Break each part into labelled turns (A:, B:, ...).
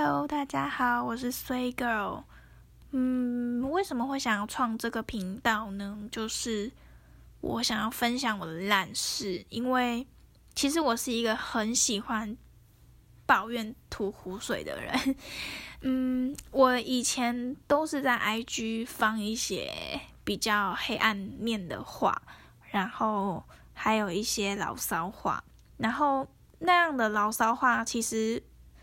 A: Hello， 大家好，我是 Sway Girl。为什么会想要创这个频道呢？就是我想要分享我的烂事，因为其实我是一个很喜欢抱怨吐苦水的人。我以前都是在 IG 放一些比较黑暗面的话，然后还有一些牢骚话，然后那样的牢骚话其实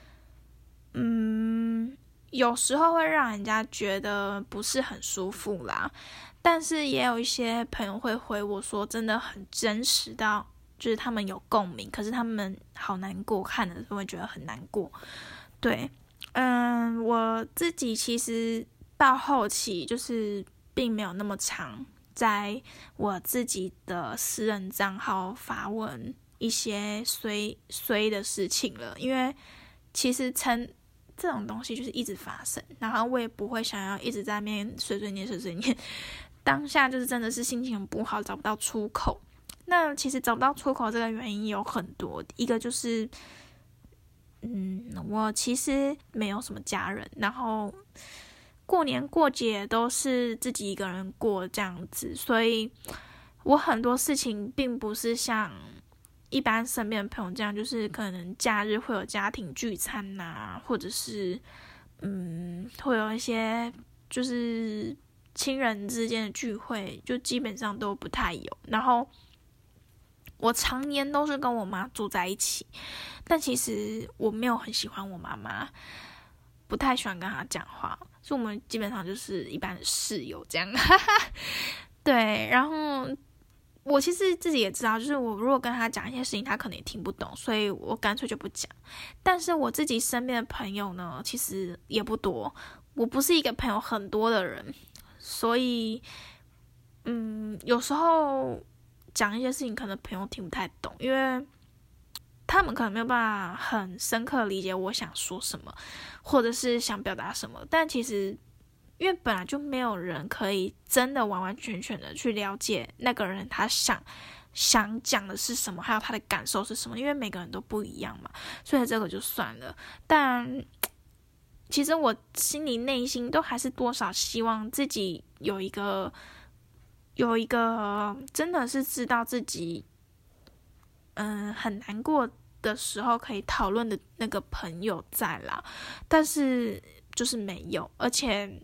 A: 有时候会让人家觉得不是很舒服啦，但是也有一些朋友会回我说真的很真实到就是他们有共鸣，可是他们好难过，看的时候会觉得很难过。对，我自己其实到后期就是并没有那么常在我自己的私人账号发文一些衰的事情了，因为其实这种东西就是一直发生，然后我也不会想要一直在那边碎碎念，当下就是真的是心情很不好，找不到出口。那其实找不到出口这个原因有很多，一个就是我其实没有什么家人，然后过年过节都是自己一个人过这样子，所以我很多事情并不是像一般身边的朋友这样，就是可能假日会有家庭聚餐啊，或者是会有一些就是亲人之间的聚会，就基本上都不太有。然后我常年都是跟我妈住在一起，但其实我没有很喜欢我妈妈，不太喜欢跟她讲话，所以我们基本上就是一般的室友这样。对，然后我其实自己也知道，就是我如果跟他讲一些事情，他可能也听不懂，所以我干脆就不讲。但是我自己身边的朋友呢，其实也不多，我不是一个朋友很多的人，所以有时候讲一些事情，可能朋友听不太懂，因为他们可能没有办法很深刻理解我想说什么，或者是想表达什么，但其实因为本来就没有人可以真的完完全全的去了解那个人他想讲的是什么，还有他的感受是什么，因为每个人都不一样嘛，所以这个就算了。但其实我心里内心都还是多少希望自己有一个真的是知道自己很难过的时候可以讨论的那个朋友在啦，但是就是没有，而且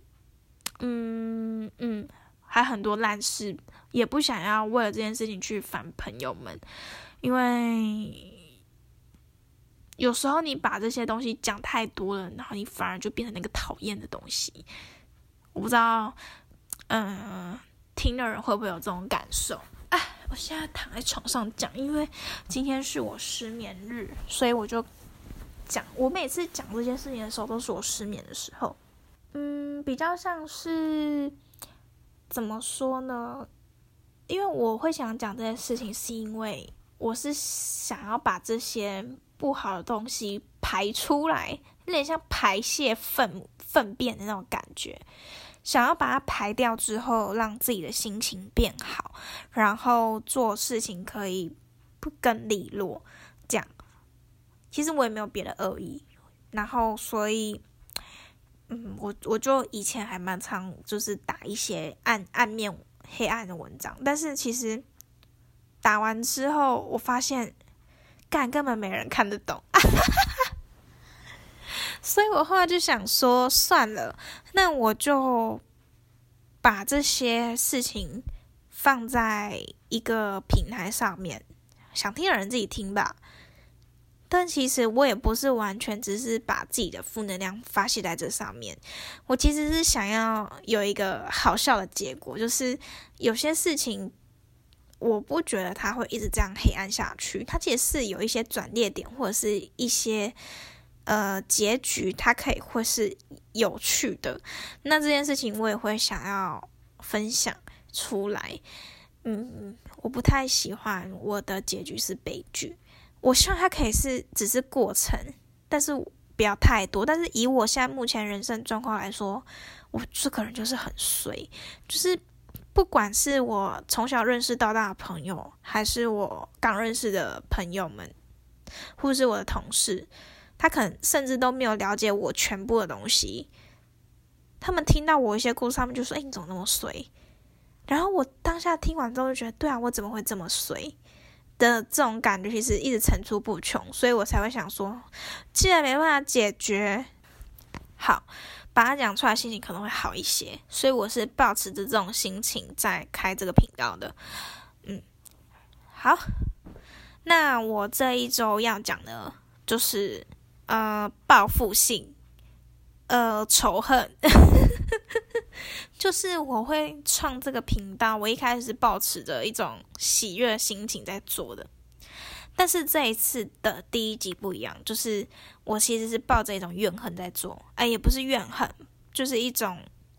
A: 还很多烂事，也不想要为了这件事情去烦朋友们，因为有时候你把这些东西讲太多了，然后你反而就变成那个讨厌的东西。我不知道，听的人会不会有这种感受？我现在躺在床上讲，因为今天是我失眠日，所以我就讲。我每次讲这件事情的时候，都是我失眠的时候。比较像是怎么说呢？因为我会想讲这件事情，是因为我是想要把这些不好的东西排出来，有点像排泄粪便的那种感觉。想要把它排掉之后，让自己的心情变好，然后做事情可以更利落，这样。其实我也没有别的恶意，然后所以，我就以前还蛮常就是打一些暗面黑暗的文章，但是其实打完之后，我发现根本没人看得懂。所以我后来就想说算了，那我就把这些事情放在一个平台上面，想听的人自己听吧。但其实我也不是完全只是把自己的负能量发泄在这上面，我其实是想要有一个好笑的结果，就是有些事情我不觉得它会一直这样黑暗下去，它其实是有一些转捩点，或者是一些结局，它可以会是有趣的。那这件事情我也会想要分享出来。我不太喜欢我的结局是悲剧，我希望它可以只是过程，但是不要太多。但是以我现在目前人生状况来说，我这个人就是很衰，就是不管是我从小认识到大的朋友，还是我刚认识的朋友们，或是我的同事， 他可能甚至都没有了解我全部的东西。他们听到我一些故事，他们就说：“你怎么那么衰？”然后我当下听完之后就觉得，对啊，我怎么会这么衰的这种感觉，其实一直层出不穷，所以我才会想说，既然没办法解决，好，把它讲出来，心情可能会好一些。所以我是抱持着这种心情在开这个频道的。好，那我这一周要讲的就是报复性仇恨。就是我会创这个频道，我一开始是抱持着一种喜悦的心情在做的，但是这一次的第一集不一样，就是我其实是抱着一种怨恨在做，也不是怨恨，就是一种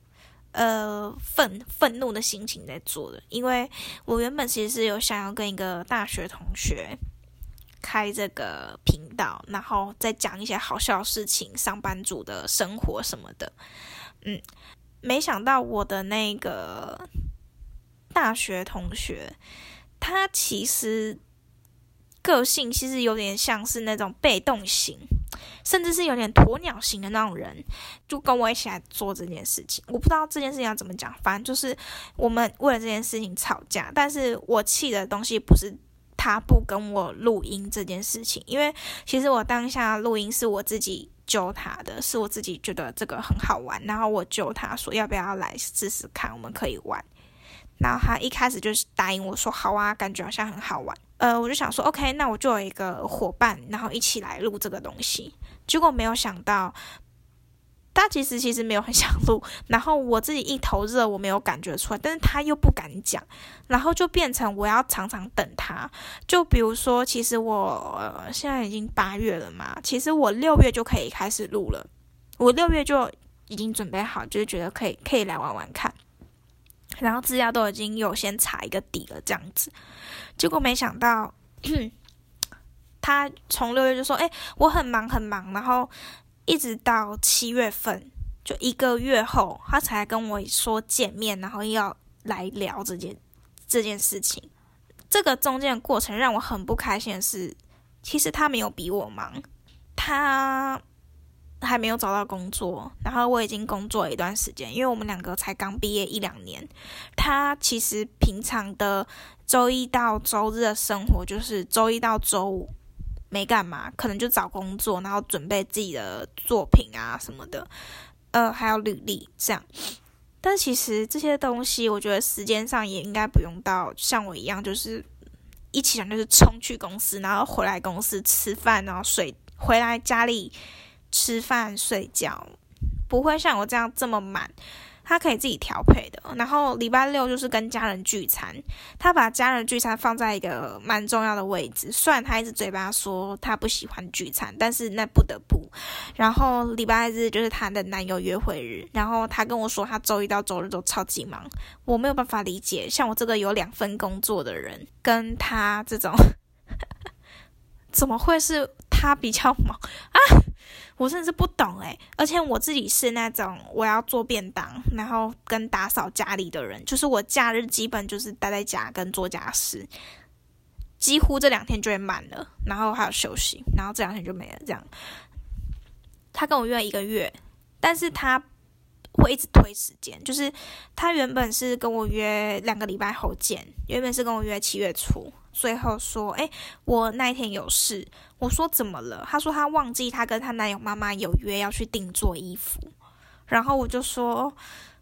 A: 愤怒的心情在做的。因为我原本其实是有想要跟一个大学同学开这个频道，然后再讲一些好笑的事情，上班族的生活什么的。没想到我的那个大学同学，他其实个性其实有点像是那种被动型，甚至是有点鸵鸟型的那种人，就跟我一起来做这件事情。我不知道这件事情要怎么讲，反正就是我们为了这件事情吵架，但是我气的东西不是他不跟我录音这件事情，因为其实我当下录音是我自己揪他的，是我自己觉得这个很好玩，然后我揪他说要不要来试试看，我们可以玩。然后他一开始就是答应我说好啊，感觉好像很好玩。我就想说 OK， 那我就有一个伙伴，然后一起来录这个东西。结果没有想到他其实没有很想录，然后我自己一头热，我没有感觉出来，但是他又不敢讲，然后就变成我要常常等他。就比如说，其实我现在已经8月了嘛，其实我6月就可以开始录了，我6月就已经准备好，就是觉得可以来玩玩看，然后资料都已经有先查一个底了这样子。结果没想到他从6月就说我很忙，然后一直到7月份，就1个月后，他才跟我说见面，然后要来聊这件事情。这个中间的过程让我很不开心的是，其实他没有比我忙，他还没有找到工作，然后我已经工作了一段时间，因为我们2个才刚毕业1-2年。他其实平常的周一到周日的生活就是周一到周五没干嘛，可能就找工作，然后准备自己的作品啊什么的，还有履历这样。但其实这些东西，我觉得时间上也应该不用到像我一样，就是一起床就是冲去公司，然后回来公司吃饭，然后回来家里吃饭睡觉，不会像我这样这么满。他可以自己调配的。然后礼拜6就是跟家人聚餐，他把家人聚餐放在一个蛮重要的位置，虽然他一直嘴巴说他不喜欢聚餐，但是那不得不。然后礼拜日就是他的男友约会日，然后他跟我说他周一到周日都超级忙，我没有办法理解，像我这个有2份工作的人，跟他这种怎么会是他比较忙啊？我真的是不懂而且我自己是那种我要做便当，然后跟打扫家里的人，就是我假日基本就是待在家跟做家事，几乎这2天就会满了，然后还有休息，然后这2天就没了这样。他跟我约1个月，但是他会一直推时间，就是他原本是跟我约2个礼拜后见，原本是跟我约7月初，最后说我那一天有事。我说怎么了？他说他忘记他跟他男友妈妈有约要去定做衣服，然后我就说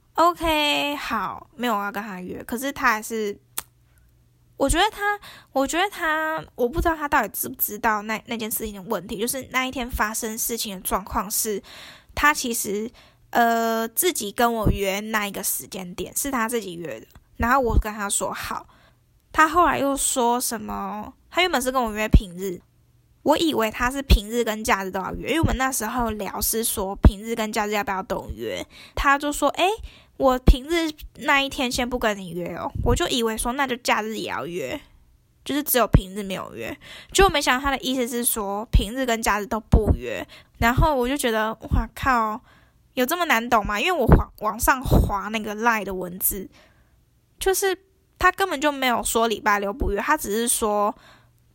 A: OK 好，没有要跟他约。可是他还是，我觉得他我不知道他到底知不知道那件事情的问题，就是那一天发生事情的状况是，他其实自己跟我约那一个时间点是他自己约的，然后我跟他说好，他后来又说什么，他原本是跟我约平日，我以为他是平日跟假日都要约，因为我们那时候聊是说平日跟假日要不要都约，他就说我平日那一天先不跟你约哦，我就以为说那就假日也要约，就是只有平日没有约，结果没想到他的意思是说平日跟假日都不约，然后我就觉得哇靠，有这么难懂吗？因为我往上滑那个 LINE 的文字，就是他根本就没有说礼拜6不约，他只是说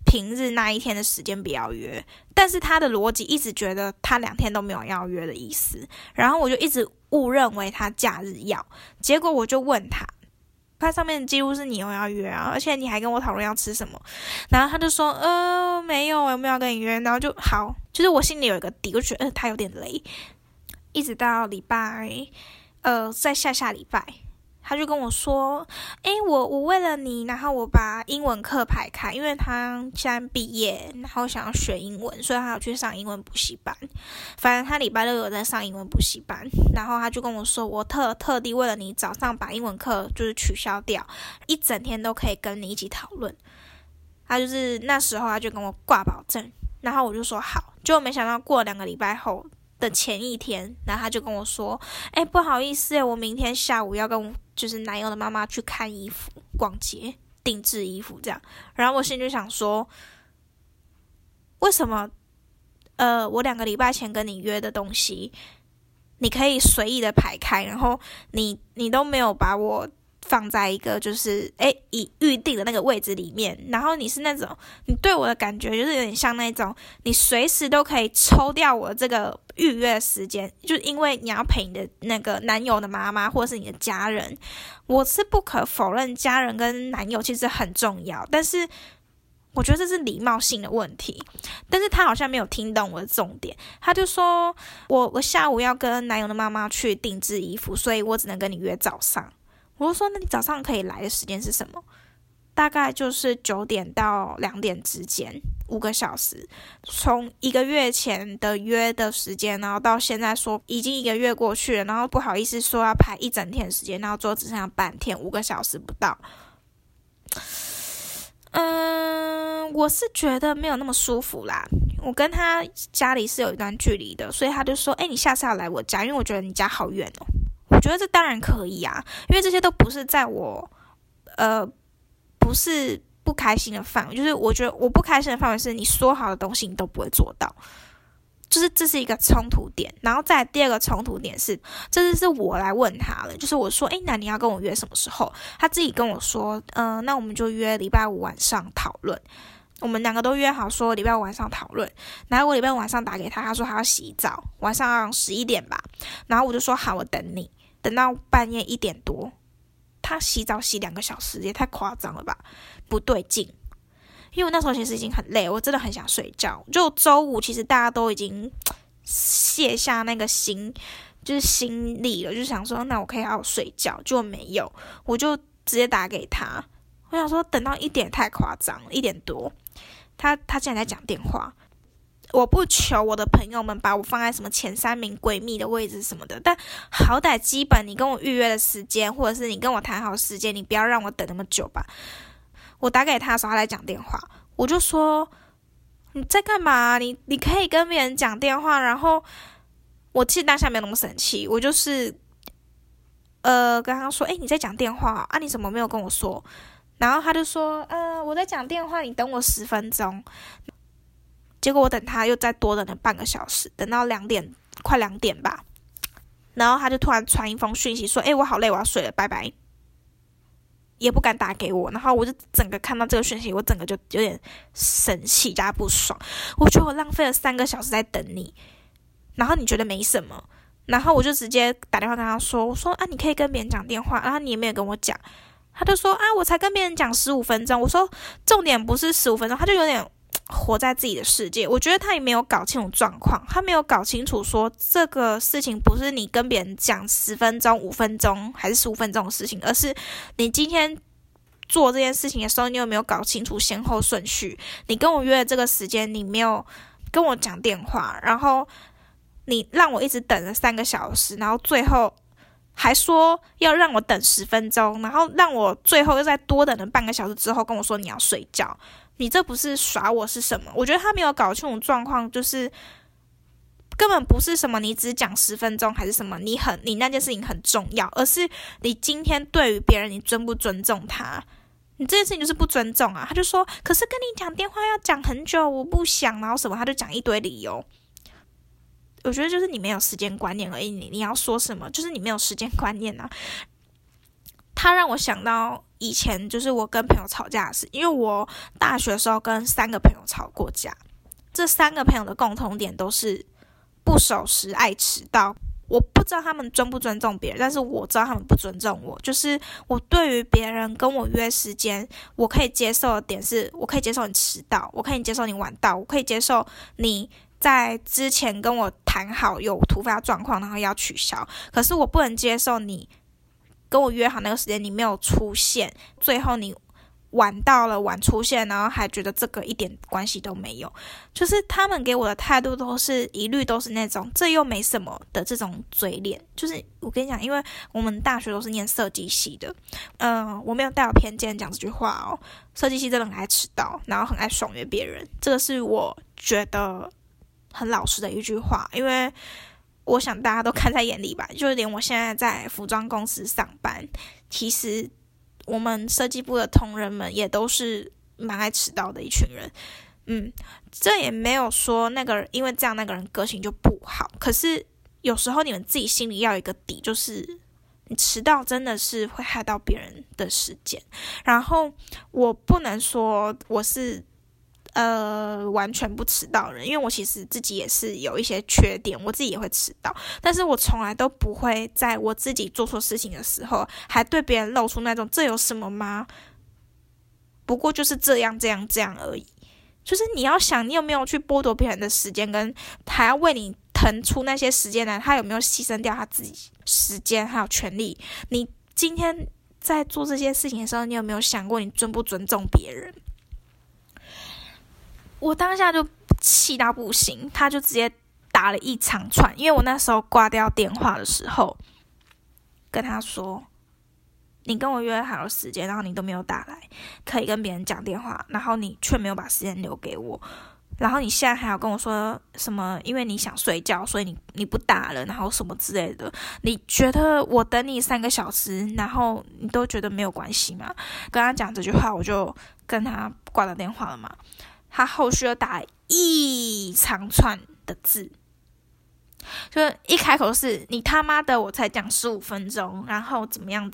A: 平日那一天的时间不要约，但是他的逻辑一直觉得他2天都没有要约的意思，然后我就一直误认为他假日要，结果我就问他上面的记录是你有要约啊，而且你还跟我讨论要吃什么，然后他就说没有，我没有要跟你约，然后就好，就是我心里有一个底，我觉得他有点雷，一直到礼拜在下礼拜。他就跟我说我为了你，然后我把英文课排开，因为他现在毕业，然后想要学英文，所以他要去上英文补习班。反正他礼拜6有在上英文补习班，然后他就跟我说，我特地为了你早上把英文课就是取消掉，一整天都可以跟你一起讨论。他就是那时候他就跟我挂保证，然后我就说好，结果没想到过了2个礼拜后的前一天，然后他就跟我说不好意思我明天下午要跟就是男友的妈妈去看衣服逛街定制衣服这样，然后我心里就想说，为什么我2个礼拜前跟你约的东西你可以随意的排开，然后你都没有把我放在一个就是已预定的那个位置里面，然后你是那种你对我的感觉就是有点像那种你随时都可以抽掉我这个预约的时间，就是因为你要陪你的那个男友的妈妈或者是你的家人。我是不可否认家人跟男友其实很重要，但是我觉得这是礼貌性的问题，但是他好像没有听懂我的重点，他就说我下午要跟男友的妈妈去定制衣服，所以我只能跟你约早上。我就说那你早上可以来的时间是什么？大概就是9点到2点之间，5个小时。从1个月前的约的时间，然后到现在说已经1个月过去了，然后不好意思说要排一整天的时间，然后最后只剩下半天，5个小时不到。我是觉得没有那么舒服啦。我跟他家里是有一段距离的，所以他就说你下次要来我家，因为我觉得你家好远哦。我觉得这当然可以啊，因为这些都不是在我不是不开心的范围，就是我觉得我不开心的范围是你说好的东西你都不会做到，就是这是一个冲突点。然后再来第2个冲突点是，这次是我来问他了，就是我说那你要跟我约什么时候？他自己跟我说那我们就约礼拜5晚上讨论。我们2个都约好说礼拜5晚上讨论，然后我礼拜5晚上打给他，他说他要洗澡，晚上11点吧，然后我就说好，我等你，等到半夜1点多，他洗澡洗2个小时，也太夸张了吧，不对劲。因为我那时候其实已经很累，我真的很想睡觉，就周五其实大家都已经卸下那个心力了，就想说那我可以好好睡觉，结果没有，我就直接打给他，我想说等到1点太夸张了，1点多他竟然在讲电话。我不求我的朋友们把我放在什么前3名闺蜜的位置什么的，但好歹基本你跟我预约的时间，或者是你跟我谈好时间，你不要让我等那么久吧。我打给他的时候他在讲电话，我就说你在干嘛？你可以跟别人讲电话。然后我其实当下没有那么生气，我就是跟他说你在讲电话啊，你怎么没有跟我说？然后他就说我在讲电话，你等我10分钟。结果我等他又再多等了半个小时，等到快2点吧，然后他就突然传一封讯息说我好累，我要睡了，拜拜，也不敢打给我。然后我就整个看到这个讯息，我整个就有点生气加不爽，我觉得我浪费了3个小时在等你，然后你觉得没什么，然后我就直接打电话跟他说，我说你可以跟别人讲电话，然后你也没有跟我讲。他就说我才跟别人讲15分钟。我说重点不是15分钟，他就有点活在自己的世界。我觉得他也没有搞清楚状况，他没有搞清楚说这个事情不是你跟别人讲10分钟、5分钟还是15分钟的事情，而是你今天做这件事情的时候，你有没有搞清楚先后顺序？你跟我约的这个时间，你没有跟我讲电话，然后你让我一直等了3个小时，然后最后还说要让我等10分钟，然后让我最后又再多等了半个小时之后跟我说你要睡觉。你这不是耍我是什么？我觉得他没有搞清楚状况，就是根本不是什么你只讲10分钟还是什么你那件事情很重要，而是你今天对于别人你尊不尊重他，你这件事情就是不尊重啊。他就说可是跟你讲电话要讲很久，我不想，然后什么他就讲一堆理由。我觉得就是你没有时间观念而已，你要说什么就是你没有时间观念啊。他让我想到以前就是我跟朋友吵架的事，因为我大学的时候跟3个朋友吵过架，这3个朋友的共同点都是不守时、爱迟到。我不知道他们尊不尊重别人，但是我知道他们不尊重我。就是我对于别人跟我约时间，我可以接受的点是，我可以接受你迟到，我可以接受你晚到，我可以接受你在之前跟我谈好有突发状况，然后要取消。可是我不能接受你跟我约好那个时间你没有出现，最后你晚到了，晚出现，然后还觉得这个一点关系都没有。就是他们给我的态度一律都是那种这又没什么的这种嘴脸。就是我跟你讲，因为我们大学都是念设计系的，我没有带有偏见讲这句话哦。设计系真的很爱迟到，然后很爱爽约别人，这个是我觉得很老实的一句话，因为我想大家都看在眼里吧。就是连我现在在服装公司上班，其实我们设计部的同仁们也都是蛮爱迟到的一群人。这也没有说那个人因为这样那个人个性就不好，可是有时候你们自己心里要有一个底，就是你迟到真的是会害到别人的时间。然后我不能说我是完全不迟到的人，因为我其实自己也是有一些缺点，我自己也会迟到，但是我从来都不会在我自己做错事情的时候还对别人露出那种这有什么吗？不过就是这样而已。就是你要想，你有没有去剥夺别人的时间，跟还要为你腾出那些时间来，他有没有牺牲掉他自己时间还有权利？你今天在做这些事情的时候，你有没有想过你尊不尊重别人？我当下就气到不行，他就直接打了一长串。因为我那时候挂掉电话的时候跟他说，你跟我约好了时间，然后你都没有打来，可以跟别人讲电话，然后你却没有把时间留给我，然后你现在还要跟我说什么因为你想睡觉所以你不打了，然后什么之类的。你觉得我等你3个小时然后你都觉得没有关系吗？跟他讲这句话，我就跟他挂了电话了嘛。他后续又打一长串的字，就是一开口是你他妈的我才讲15分钟，然后怎么样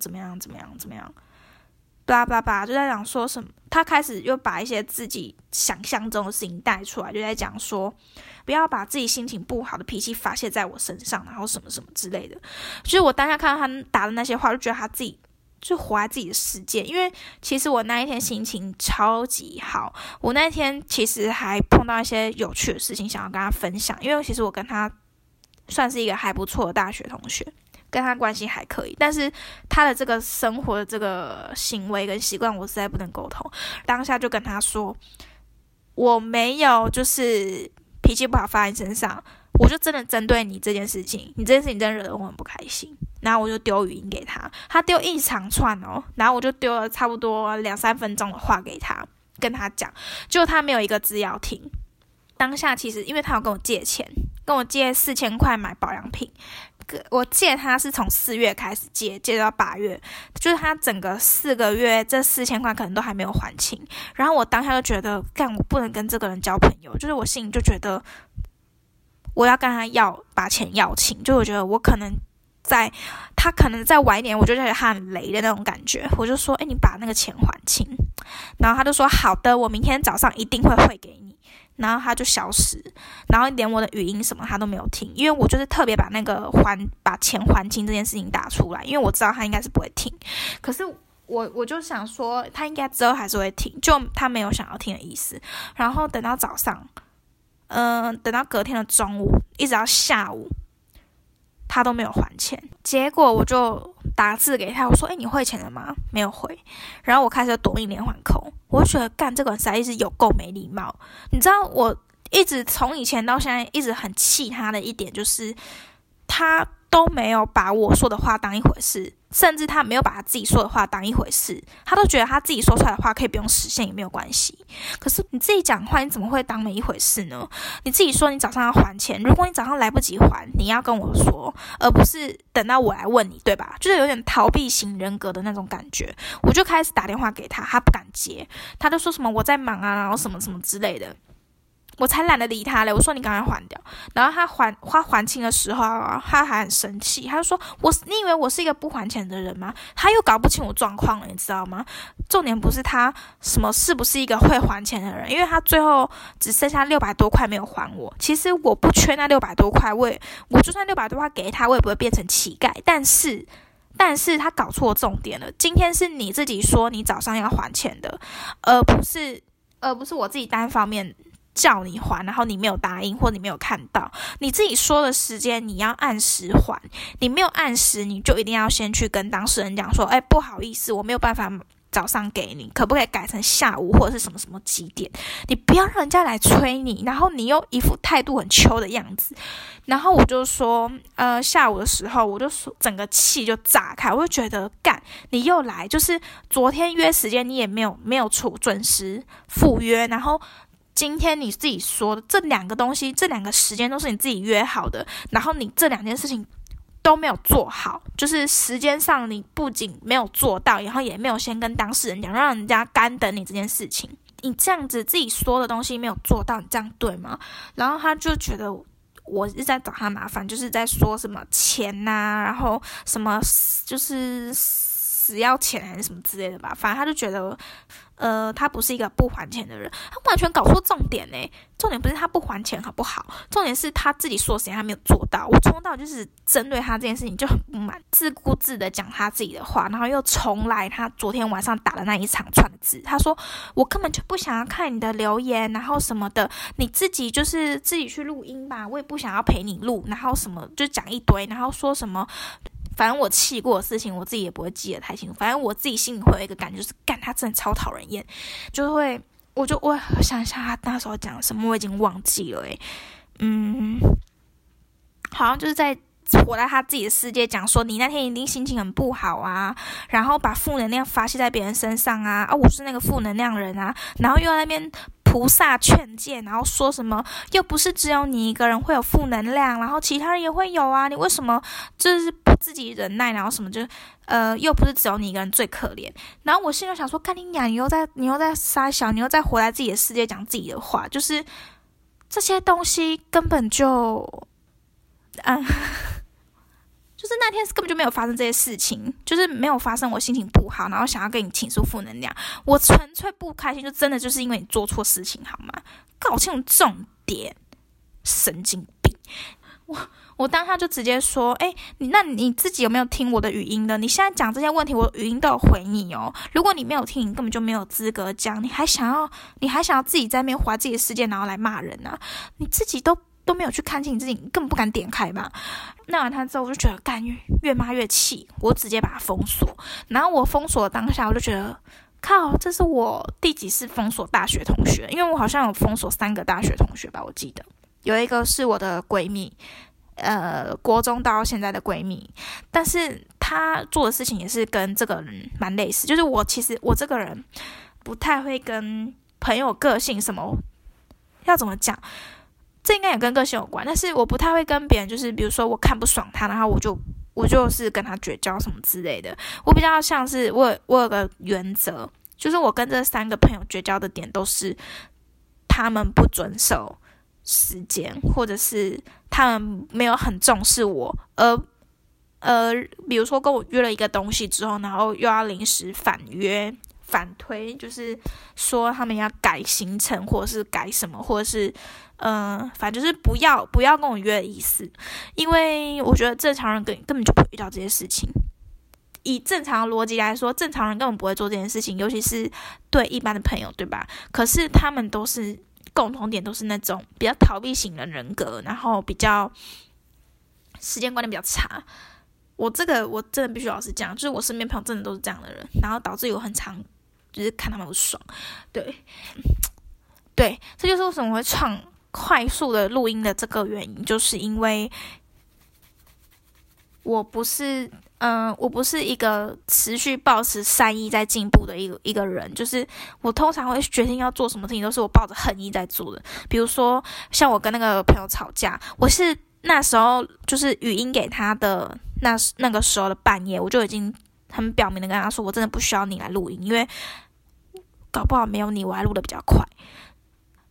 A: 巴拉巴拉，就在讲说什么。他开始又把一些自己想象中的事情带出来，就在讲说不要把自己心情不好的脾气发泄在我身上，然后什么什么之类的。就是我当下看到他打的那些话，就觉得他自己就活在自己的世界。因为其实我那一天心情超级好，我那一天其实还碰到一些有趣的事情想要跟他分享。因为其实我跟他算是一个还不错的大学同学，跟他关系还可以，但是他的这个生活的这个行为跟习惯我实在不能沟通。当下就跟他说，我没有就是脾气不好发在你身上，我就真的针对你这件事情，你这件事情真的惹得我很不开心。然后我就丢语音给他，他丢一长串哦，然后我就丢了差不多2-3分钟的话给他，跟他讲，结果他没有一个字要听。当下其实因为他有跟我借钱，跟我借4000块买保养品，我借他是从4月开始借到8月，就是他整个4个月这4000块可能都还没有还清。然后我当下就觉得干，我不能跟这个人交朋友，就是我心里就觉得我要跟他把钱要清，就我觉得我可能他可能再晚一点，我就觉得他很雷的那种感觉。我就说你把那个钱还清，然后他就说好的，我明天早上一定会汇给你。然后他就消失，然后连我的语音什么他都没有听，因为我就是特别把把钱还清这件事情打出来，因为我知道他应该是不会听。可是我就想说他应该之后还是会听，就他没有想要听的意思。然后等到早上等到隔天的中午一直到下午他都没有还钱。结果我就打字给他，我说你汇钱了吗？没有回。然后我开始夺命连环扣，我就觉得干，这个人实在是有够没礼貌。你知道我一直从以前到现在一直很气他的一点，就是他都没有把我说的话当一回事，甚至他没有把他自己说的话当一回事，他都觉得他自己说出来的话可以不用实现也没有关系。可是你自己讲话你怎么会当没一回事呢？你自己说你早上要还钱，如果你早上来不及还，你要跟我说，而不是等到我来问你，对吧？就是有点逃避型人格的那种感觉。我就开始打电话给他，他不敢接，他就说什么我在忙啊，然后什么什么之类的。 我才懒得理他嘞。我说你赶快还掉。然后他还清的时候啊，他还很生气，他就说你以为我是一个不还钱的人吗？他又搞不清我状况了，你知道吗？重点不是他是不是一个会还钱的人，因为他最后只剩下600多块没有还我。其实我不缺那600多块，我就算600多块给他，我也不会变成乞丐。但是他搞错重点了。今天是你自己说你早上要还钱的，而不是我自己单方面叫你还，然后你没有答应或你没有看到。你自己说的时间你要按时还，你没有按时，你就一定要先去跟当事人讲说，不好意思，我没有办法早上给你，可不可以改成下午或者是什么什么几点？你不要让人家来催你，然后你又一副态度很秋的样子。然后我就说，下午的时候我就说整个气就炸开，我就觉得干，你又来，就是昨天约时间你也没有准时赴约，然后今天你自己说的这两个东西，这两个时间都是你自己约好的，然后你这两件事情都没有做好，就是时间上你不仅没有做到，然后也没有先跟当事人讲，让人家干等你这件事情。你这样子自己说的东西没有做到，你这样对吗？然后他就觉得我一直在找他麻烦，就是在说什么钱啊，然后什么就是死要钱还是什么之类的吧。反正他就觉得他不是一个不还钱的人，他完全搞错重点欸。重点不是他不还钱好不好，重点是他自己说的时间他没有做到。我从到就是针对他这件事情就很不满，自顾自的讲他自己的话，然后又重来他昨天晚上打的那一长串的字。他说我根本就不想要看你的留言，然后什么的，你自己就是自己去录音吧，我也不想要陪你录，然后什么就讲一堆，然后说什么反正我气过的事情我自己也不会记得太清楚，反正我自己心里会有一个感觉，就是干他真的超讨人厌，就会我想一下他那时候讲什么，我已经忘记了好像就是在活在他自己的世界，讲说你那天一定心情很不好啊，然后把负能量发泄在别人身上啊，我是那个负能量人啊，然后又在那边菩萨劝诫，然后说什么又不是只有你一个人会有负能量，然后其他人也会有啊，你为什么就是不自己忍耐，然后什么就又不是只有你一个人最可怜。然后我心里想说，干你娘，你又在撒小，你又在活在自己的世界讲自己的话，就是这些东西根本就就是那天根本就没有发生这些事情，就是没有发生我心情不好，然后想要跟你倾诉负能量，我纯粹不开心，就真的就是因为你做错事情好吗？搞清楚重点，神经病！我当下就直接说，那你自己有没有听我的语音的？你现在讲这些问题，我语音都有回你哦。如果你没有听，你根本就没有资格讲，你还想要自己在那边活自己的世界，然后来骂人啊？你自己都没有去看清你自己，你根本不敢点开吧？那完他之后，我就觉得干越骂越气，我直接把他封锁。然后我封锁的当下，我就觉得靠，这是我第几次封锁大学同学？因为我好像有封锁3个大学同学吧，我记得有一个是我的闺蜜，国中到现在的闺蜜，但是她做的事情也是跟这个人蛮类似，就是其实我这个人不太会跟朋友个性什么，要怎么讲？这应该也跟个性有关，但是我不太会跟别人，就是比如说我看不爽他，然后我就是跟他绝交什么之类的。我比较像是我有个原则，就是我跟这3个朋友绝交的点都是他们不遵守时间，或者是他们没有很重视我，比如说跟我约了一个东西之后，然后又要临时反推，就是说他们要改行程，或者是改什么，或者是反正就是不要跟我约的意思。因为我觉得正常人根本就不会遇到这些事情。以正常的逻辑来说，正常人根本不会做这件事情，尤其是对一般的朋友，对吧？可是他们都是共同点，都是那种比较逃避型的人格，然后比较时间观念比较差。我真的必须老实讲，就是我身边朋友真的都是这样的人，然后导致我很常就是看他们不爽。对，这就是为什么我会快速的录音的这个原因，就是因为我不是一个持续抱持善意在进步的一个人，就是我通常会决定要做什么事情都是我抱着恨意在做的。比如说像我跟那个朋友吵架，我是那时候就是语音给他的那个时候的半夜，我就已经很表明的跟他说，我真的不需要你来录音，因为搞不好没有你我还录的比较快。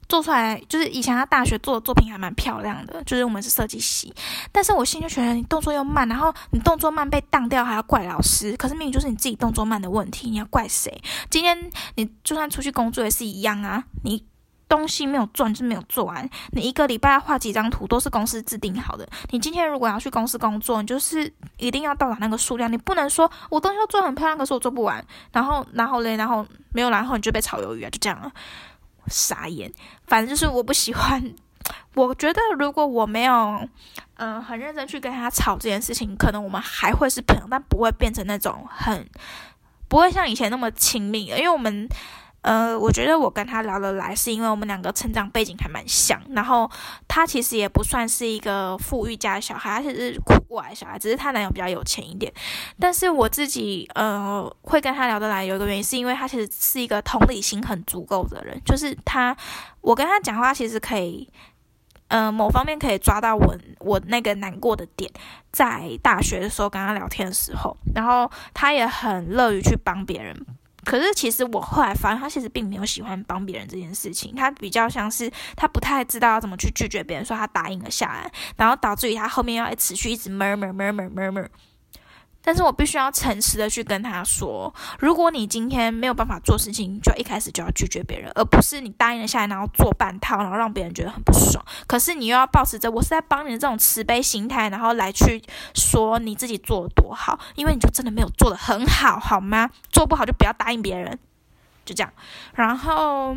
A: 做出来就是以前他大学做的作品还蛮漂亮的，就是我们是设计系，但是我心里就觉得你动作又慢，然后你动作慢被当掉还要怪老师，可是明明就是你自己动作慢的问题，你要怪谁？今天你就算出去工作也是一样啊，你东西没有做，你就是没有做完。你一个礼拜要画几张图，都是公司制定好的。你今天如果要去公司工作，你就是一定要到达那个数量。你不能说我东西要做很漂亮，可是我做不完，然后没有，然后你就被炒鱿鱼啊，就这样啊，傻眼。反正就是我不喜欢。我觉得如果我没有很认真去跟他吵这件事情，可能我们还会是朋友，但不会变成那种不会像以前那么亲密了，因为我们。我觉得我跟他聊得来，是因为我们两个成长背景还蛮像，然后他其实也不算是一个富裕家的小孩，他其实是苦过来的小孩，只是他男友比较有钱一点。但是我自己会跟他聊得来，有一个原因是因为他其实是一个同理心很足够的人，就是我跟他讲话其实可以。某方面可以抓到我那个难过的点，在大学的时候跟他聊天的时候，然后他也很乐于去帮别人。可是其实我后来发现，他其实并没有喜欢帮别人这件事情，他比较像是他不太知道要怎么去拒绝别人，说他答应了下来，然后导致于他后面要持续一直 murmur。但是我必须要诚实的去跟他说，如果你今天没有办法做事情，就一开始就要拒绝别人，而不是你答应了下来，然后做半套，然后让别人觉得很不爽。可是你又要抱持着我是在帮你的这种慈悲心态，然后来去说你自己做得多好，因为你就真的没有做得很好，好吗？做不好就不要答应别人，就这样。然后，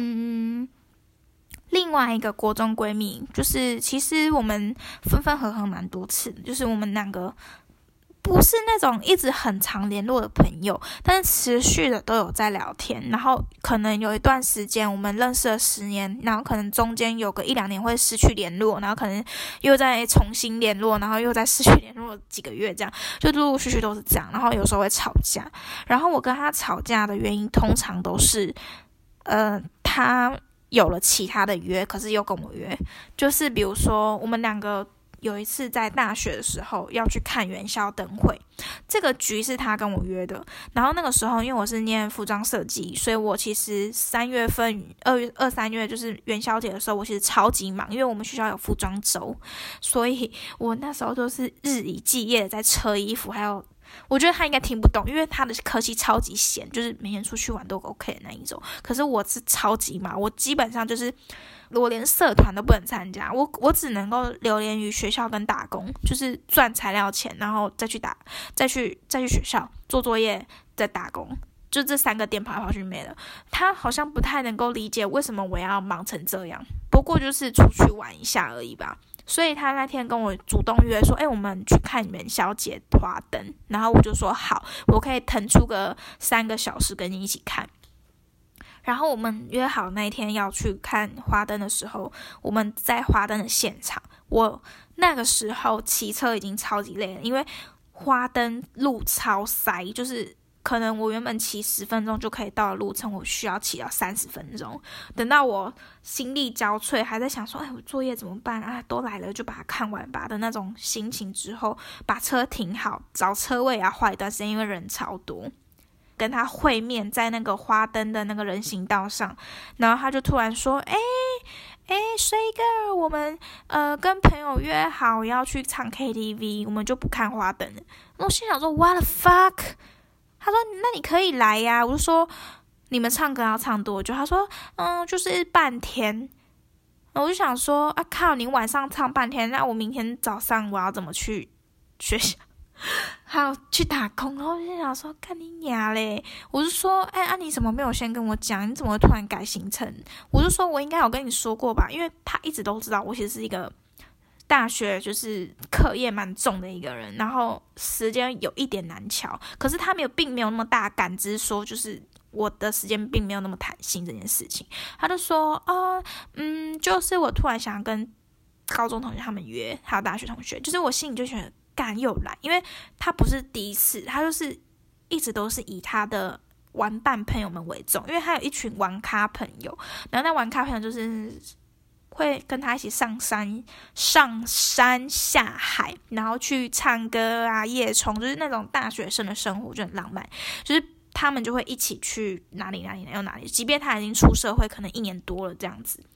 A: 另外一个国中闺蜜，就是其实我们分分合合蛮多次的，就是我们两个。不是那种一直很常联络的朋友，但是持续的都有在聊天，然后可能有一段时间我们认识了10年，然后可能中间有个1-2年会失去联络，然后可能又再重新联络，然后又再失去联络几个月，这样就陆陆续续都是这样，然后有时候会吵架，然后我跟他吵架的原因通常都是他有了其他的约，可是又跟我约，就是比如说我们两个有一次在大学的时候要去看元宵灯会，这个局是他跟我约的。然后那个时候因为我是念服装设计，所以我其实3月份2月2、3月就是元宵节的时候，我其实超级忙，因为我们学校有服装周，所以我那时候都是日以继夜的在车衣服，还有我觉得他应该听不懂，因为他的科系超级闲，就是每天出去玩都 OK 的那一种。可是我是超级忙，我基本上就是我连社团都不能参加，我只能够流连于学校跟打工，就是赚材料钱，然后再去学校做作业，再打工，就这3个点跑来跑去没了。他好像不太能够理解为什么我要忙成这样，不过就是出去玩一下而已吧。所以他那天跟我主动约说，我们去看元宵节花灯，然后我就说好，我可以腾出个3个小时跟你一起看。然后我们约好那一天要去看花灯的时候，我们在花灯的现场，我那个时候骑车已经超级累了，因为花灯路超塞，就是可能我原本骑10分钟就可以到的路程，我需要骑到30分钟。等到我心力交瘁，还在想说，我作业怎么办啊？都来了就把它看完吧的那种心情之后，把车停好，找车位也要花一段时间，因为人超多。跟他会面在那个花灯的那个人行道上，然后他就突然说，水哥，我们跟朋友约好要去唱 KTV， 我们就不看花灯了。我心想说 What the fuck？ 他说那你可以来呀，我就说你们唱歌要唱多久？他说就是半天。我就想说靠，你晚上唱半天，那我明天早上我要怎么去学校？还有去打工，然后我就想说干你娘嘞！我就说你怎么没有先跟我讲？你怎么会突然改行程？我就说我应该有跟你说过吧，因为他一直都知道我其实是一个大学就是课业蛮重的一个人，然后时间有一点难瞧，可是他并没有那么大感知说就是我的时间并没有那么弹性这件事情。他就说就是我突然想要跟高中同学他们约，还有大学同学，就是我心里就觉得干又来，因为他不是第一次，他就是一直都是以他的玩伴朋友们为重，因为他有一群玩咖朋友，然后那玩咖朋友就是会跟他一起上山下海，然后去唱歌啊夜冲，就是那种大学生的生活就很浪漫，就是他们就会一起去哪里又哪里，即便他已经出社会可能1年多了这样子。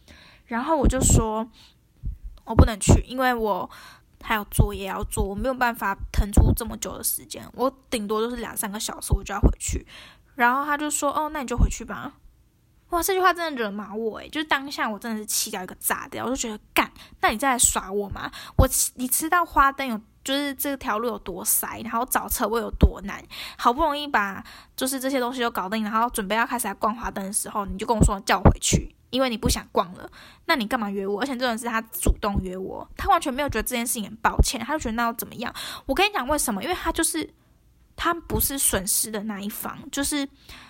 A: 然后我就说我不能去，因为我还有作业要做，我没有办法腾出这么久的时间，我顶多就是2-3个小时我就要回去。然后他就说哦，那你就回去吧。哇，这句话真的惹毛我就是当下我真的是气到一个炸掉，我就觉得干，那你再来耍我吗？你知道花灯就是这条路有多塞，然后找车位有多难，好不容易把就是这些东西都搞定，然后准备要开始来逛花灯的时候，你就跟我说叫我回去，因为你不想逛了，那你干嘛约我？而且这种是他主动约我，他完全没有觉得这件事情很抱歉，他就觉得那要怎么样？我跟你讲为什么？因为他不是损失的那一方，就是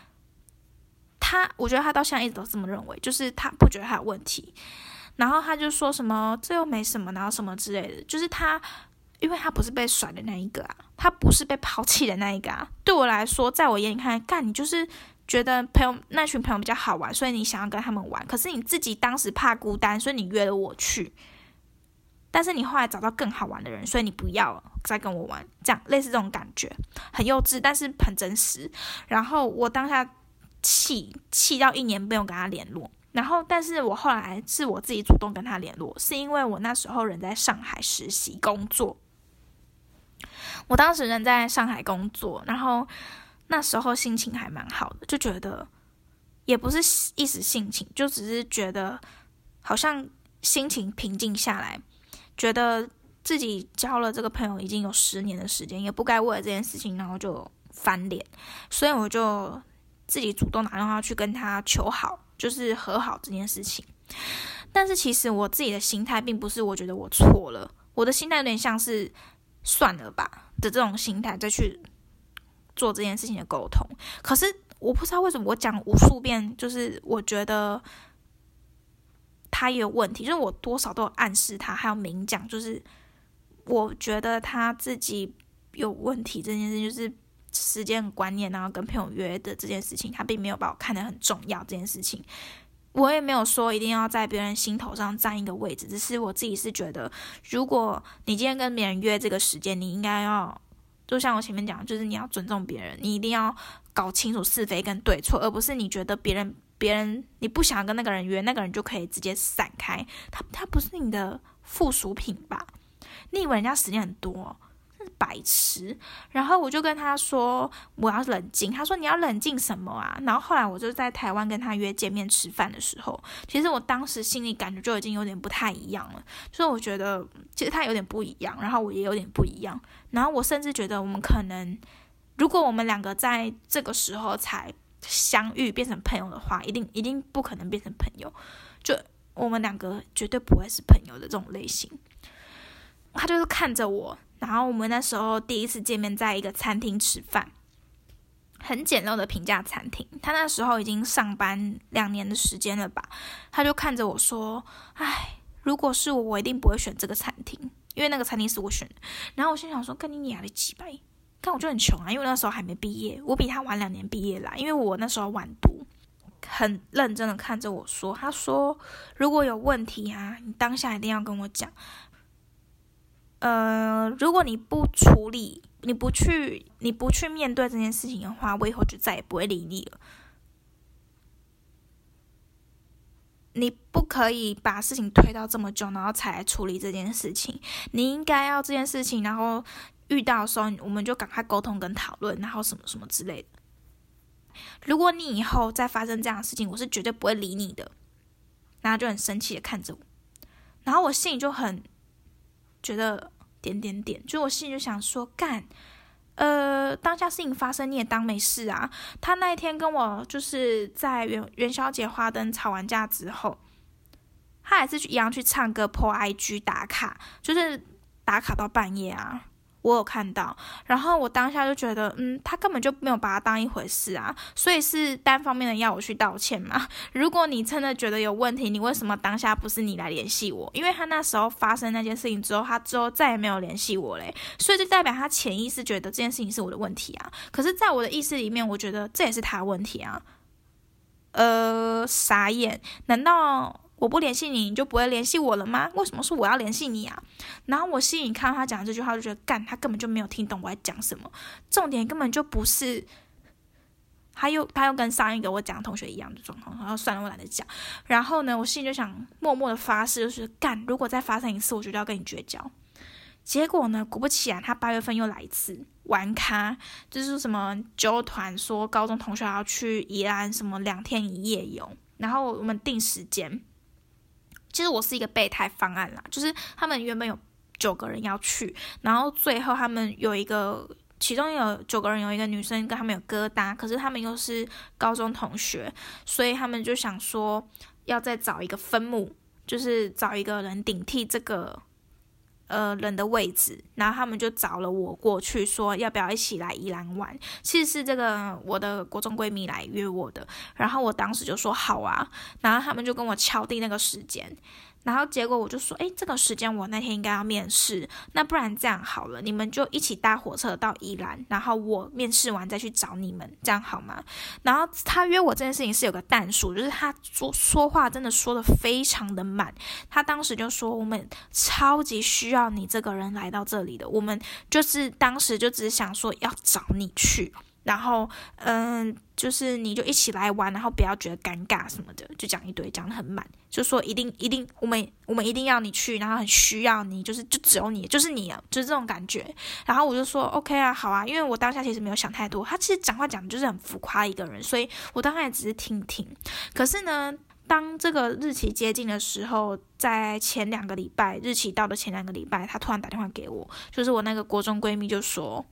A: 我觉得他到现在一直都这么认为，就是他不觉得他有问题，然后他就说什么这又没什么，然后什么之类的，就是因为他不是被甩的那一个啊，他不是被抛弃的那一个啊。对我来说，在我眼里看，干你就是觉得那群朋友比较好玩，所以你想要跟他们玩，可是你自己当时怕孤单，所以你约了我去。但是你后来找到更好玩的人，所以你不要再跟我玩，这样类似这种感觉，很幼稚，但是很真实。然后我当下气到1年没有跟他联络，然后但是我后来是我自己主动跟他联络，是因为我那时候人在上海实习工作，我当时人在上海工作，然后那时候心情还蛮好的，就觉得也不是一时兴起，就只是觉得好像心情平静下来，觉得自己交了这个朋友已经有10年的时间，也不该为了这件事情然后就翻脸，所以我就自己主动打电话去跟他求好，就是和好这件事情。但是其实我自己的心态并不是我觉得我错了，我的心态有点像是算了吧的这种心态再去做这件事情的沟通。可是我不知道为什么我讲无数遍，就是我觉得他也有问题，就是我多少都有暗示他，还有明讲，就是我觉得他自己有问题这件事，就是时间观念，然后跟朋友约的这件事情，他并没有把我看得很重要这件事情。我也没有说一定要在别人心头上占一个位置，只是我自己是觉得，如果你今天跟别人约这个时间，你应该要，就像我前面讲，就是你要尊重别人，你一定要搞清楚是非跟对错，而不是你觉得别人你不想跟那个人约，那个人就可以直接闪开，他不是你的附属品吧？你以为人家时间很多白痴。然后我就跟他说我要冷静，他说你要冷静什么啊？然后后来我就在台湾跟他约见面吃饭的时候，其实我当时心里感觉就已经有点不太一样了，就是我觉得其实他有点不一样，然后我也有点不一样，然后我甚至觉得我们可能如果我们两个在这个时候才相遇变成朋友的话，一定不可能变成朋友，就我们两个绝对不会是朋友的这种类型。他就是看着我，然后我们那时候第一次见面在一个餐厅吃饭，很简陋的平价餐厅，他那时候已经上班2年的时间了吧，他就看着我说如果是我一定不会选这个餐厅，因为那个餐厅是我选的。然后我心想说跟你娘的几百，看我就很穷啊，因为那时候还没毕业，我比他晚2年毕业啦，因为我那时候晚读。很认真的看着我说，他说如果有问题啊，你当下一定要跟我讲，如果你不处理，你不去面对这件事情的话，我以后就再也不会理你了。你不可以把事情推到这么久，然后才来处理这件事情。你应该要这件事情，然后遇到的时候，我们就赶快沟通跟讨论，然后什么什么之类的。如果你以后再发生这样的事情，我是绝对不会理你的。然后就很生气的看着我，然后我心里就很觉得就我心里就想说干，当下事情发生你也当没事啊。他那一天跟我就是在元宵节花灯吵完架之后，他还是一样去唱歌 po IG 打卡，就是打卡到半夜啊。我有看到，然后我当下就觉得，他根本就没有把它当一回事啊，所以是单方面的要我去道歉嘛。如果你真的觉得有问题，你为什么当下不是你来联系我？因为他那时候发生那件事情之后，他之后再也没有联系我嘞，所以就代表他潜意识觉得这件事情是我的问题啊。可是在我的意识里面，我觉得这也是他的问题啊。傻眼，难道我不联系你，你就不会联系我了吗？为什么是我要联系你啊？然后我心里看到他讲这句话，就觉得干，他根本就没有听懂我在讲什么。重点根本就不是他又跟上一个我讲的同学一样的状况，然后算了，我懒得讲。然后呢，我心里就想默默的发誓，就是干，如果再发生一次，我绝对要跟你绝交。结果呢，果不其然，他8月份又来一次玩咖，就是什么纠团，说高中同学要去宜兰什么2天1夜游，然后我们定时间。其实我是一个备胎方案啦，就是他们原本有9个人要去，然后最后他们其中有9个人有一个女生跟他们有疙瘩，可是他们又是高中同学，所以他们就想说要再找一个分母，就是找一个人顶替这个人的位置，然后他们就找了我过去，说要不要一起来宜兰玩。其实是这个我的国中闺蜜来约我的，然后我当时就说好啊，然后他们就跟我敲定那个时间。然后结果我就说，这个时间我那天应该要面试，那不然这样好了，你们就一起搭火车到宜兰，然后我面试完再去找你们，这样好吗？然后他约我这件事情是有个但书，就是他说话真的说的非常的慢。他当时就说，我们超级需要你这个人来到这里的，我们就是当时就只想说要找你去。然后，就是你就一起来玩，然后不要觉得尴尬什么的，就讲一堆，讲得很满，就说一定，我们一定要你去，然后很需要你，就只有你，就是你了，就是这种感觉。然后我就说 OK 啊，好啊，因为我当下其实没有想太多，他其实讲话讲的就是很浮夸一个人，所以我当下也只是听听。可是呢，当这个日期接近的时候，在前2个礼拜，日期到的前2个礼拜，他突然打电话给我，就是我那个国中闺蜜就说。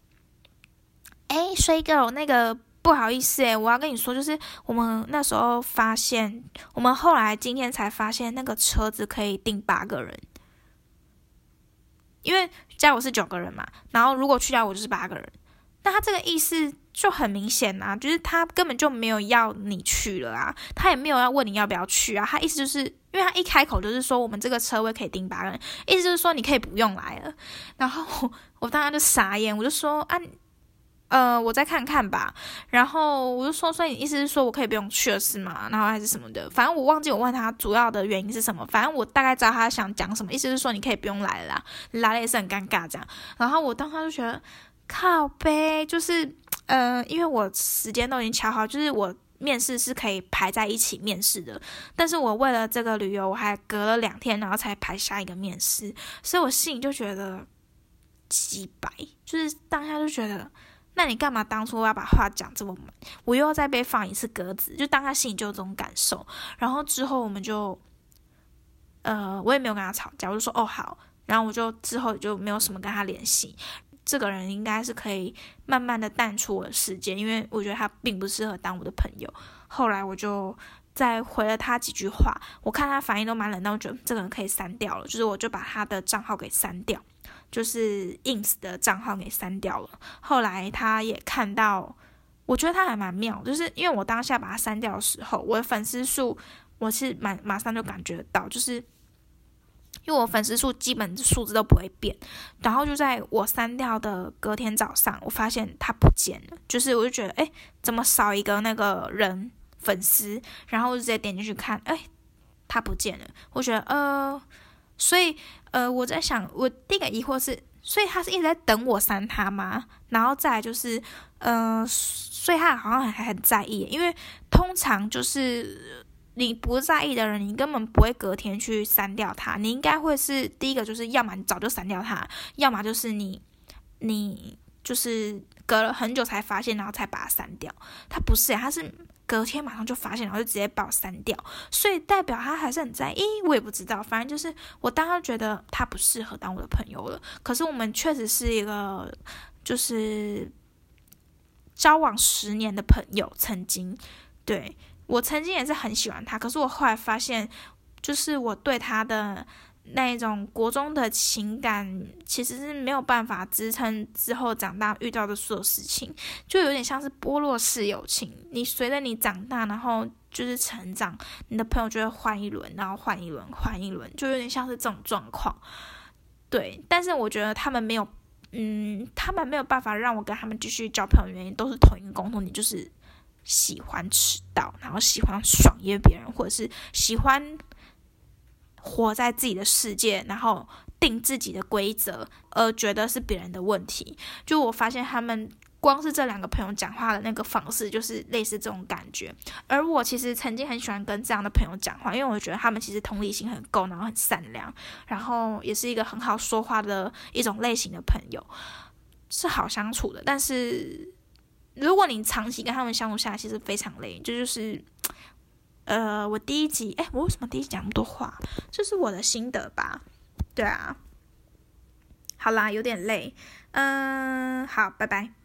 A: 衰哥，那个不好意思我要跟你说，就是我们那时候发现，我们后来今天才发现那个车子可以订8个人，因为加我是9个人嘛，然后如果去掉我就是8个人，那他这个意思就很明显啊，就是他根本就没有要你去了啊，他也没有要问你要不要去啊，他意思就是因为他一开口就是说我们这个车位可以订8个人，意思就是说你可以不用来了。然后我当时就傻眼，我就说我再看看吧。然后我就说，所以你意思是说我可以不用去了是吗？然后还是什么的，反正我忘记我问他主要的原因是什么。反正我大概知道他想讲什么，意思是说你可以不用来了啦，来了也是很尴尬这样。然后我当时就觉得靠北，就是因为我时间都已经敲好，就是我面试是可以排在一起面试的，但是我为了这个旅游，我还隔了2天，然后才排下一个面试，所以我心里就觉得鸡掰，就是当下就觉得。那你干嘛当初要把话讲这么满？我又要再被放一次鸽子，就当他心里就有这种感受。然后之后我们就，我也没有跟他吵架，我就说好。然后我就之后就没有什么跟他联系。这个人应该是可以慢慢的淡出我的世界，因为我觉得他并不适合当我的朋友。后来我就再回了他几句话，我看他反应都蛮冷淡，我觉得这个人可以删掉了，就是我就把他的账号给删掉。就是 ins 的账号给删掉了。后来他也看到，我觉得他还蛮妙，就是因为我当下把他删掉的时候，我的粉丝数我是马上就感觉得到，就是因为我粉丝数基本数字都不会变。然后就在我删掉的隔天早上，我发现他不见了，就是我就觉得怎么少一个那个人粉丝，然后我就直接点进去看，他不见了，我觉得所以我在想，我第一个疑惑是，所以他是一直在等我删他吗？然后再来就是所以他好像还很在意，因为通常就是你不在意的人，你根本不会隔天去删掉他，你应该会是第一个就是要么你早就删掉他，要么就是你就是隔了很久才发现，然后才把它删掉。他不是他是隔天马上就发现，然后就直接把我删掉，所以代表他还是很在意，我也不知道，反正就是我当时觉得他不适合当我的朋友了。可是我们确实是一个就是交往10年的朋友，曾经对我曾经也是很喜欢他，可是我后来发现，就是我对他的那一种国中的情感其实是没有办法支撑之后长大遇到的所有事情，就有点像是剥落式友情。你随着你长大，然后就是成长，你的朋友就会换一轮，然后换一轮，就有点像是这种状况。对，但是我觉得他们没有办法让我跟他们继续交朋友的原因，都是同一个共同点，就是喜欢迟到，然后喜欢爽约别人，或者是喜欢活在自己的世界，然后定自己的规则，而觉得是别人的问题。就我发现他们光是这2个朋友讲话的那个方式，就是类似这种感觉。而我其实曾经很喜欢跟这样的朋友讲话，因为我觉得他们其实同理心很够，然后很善良，然后也是一个很好说话的一种类型的朋友，是好相处的。但是如果你长期跟他们相处下来，其实非常累。这就是我第一集，我为什么第一集讲那么多话？这是我的心得吧？对啊，好啦，有点累。好，拜拜。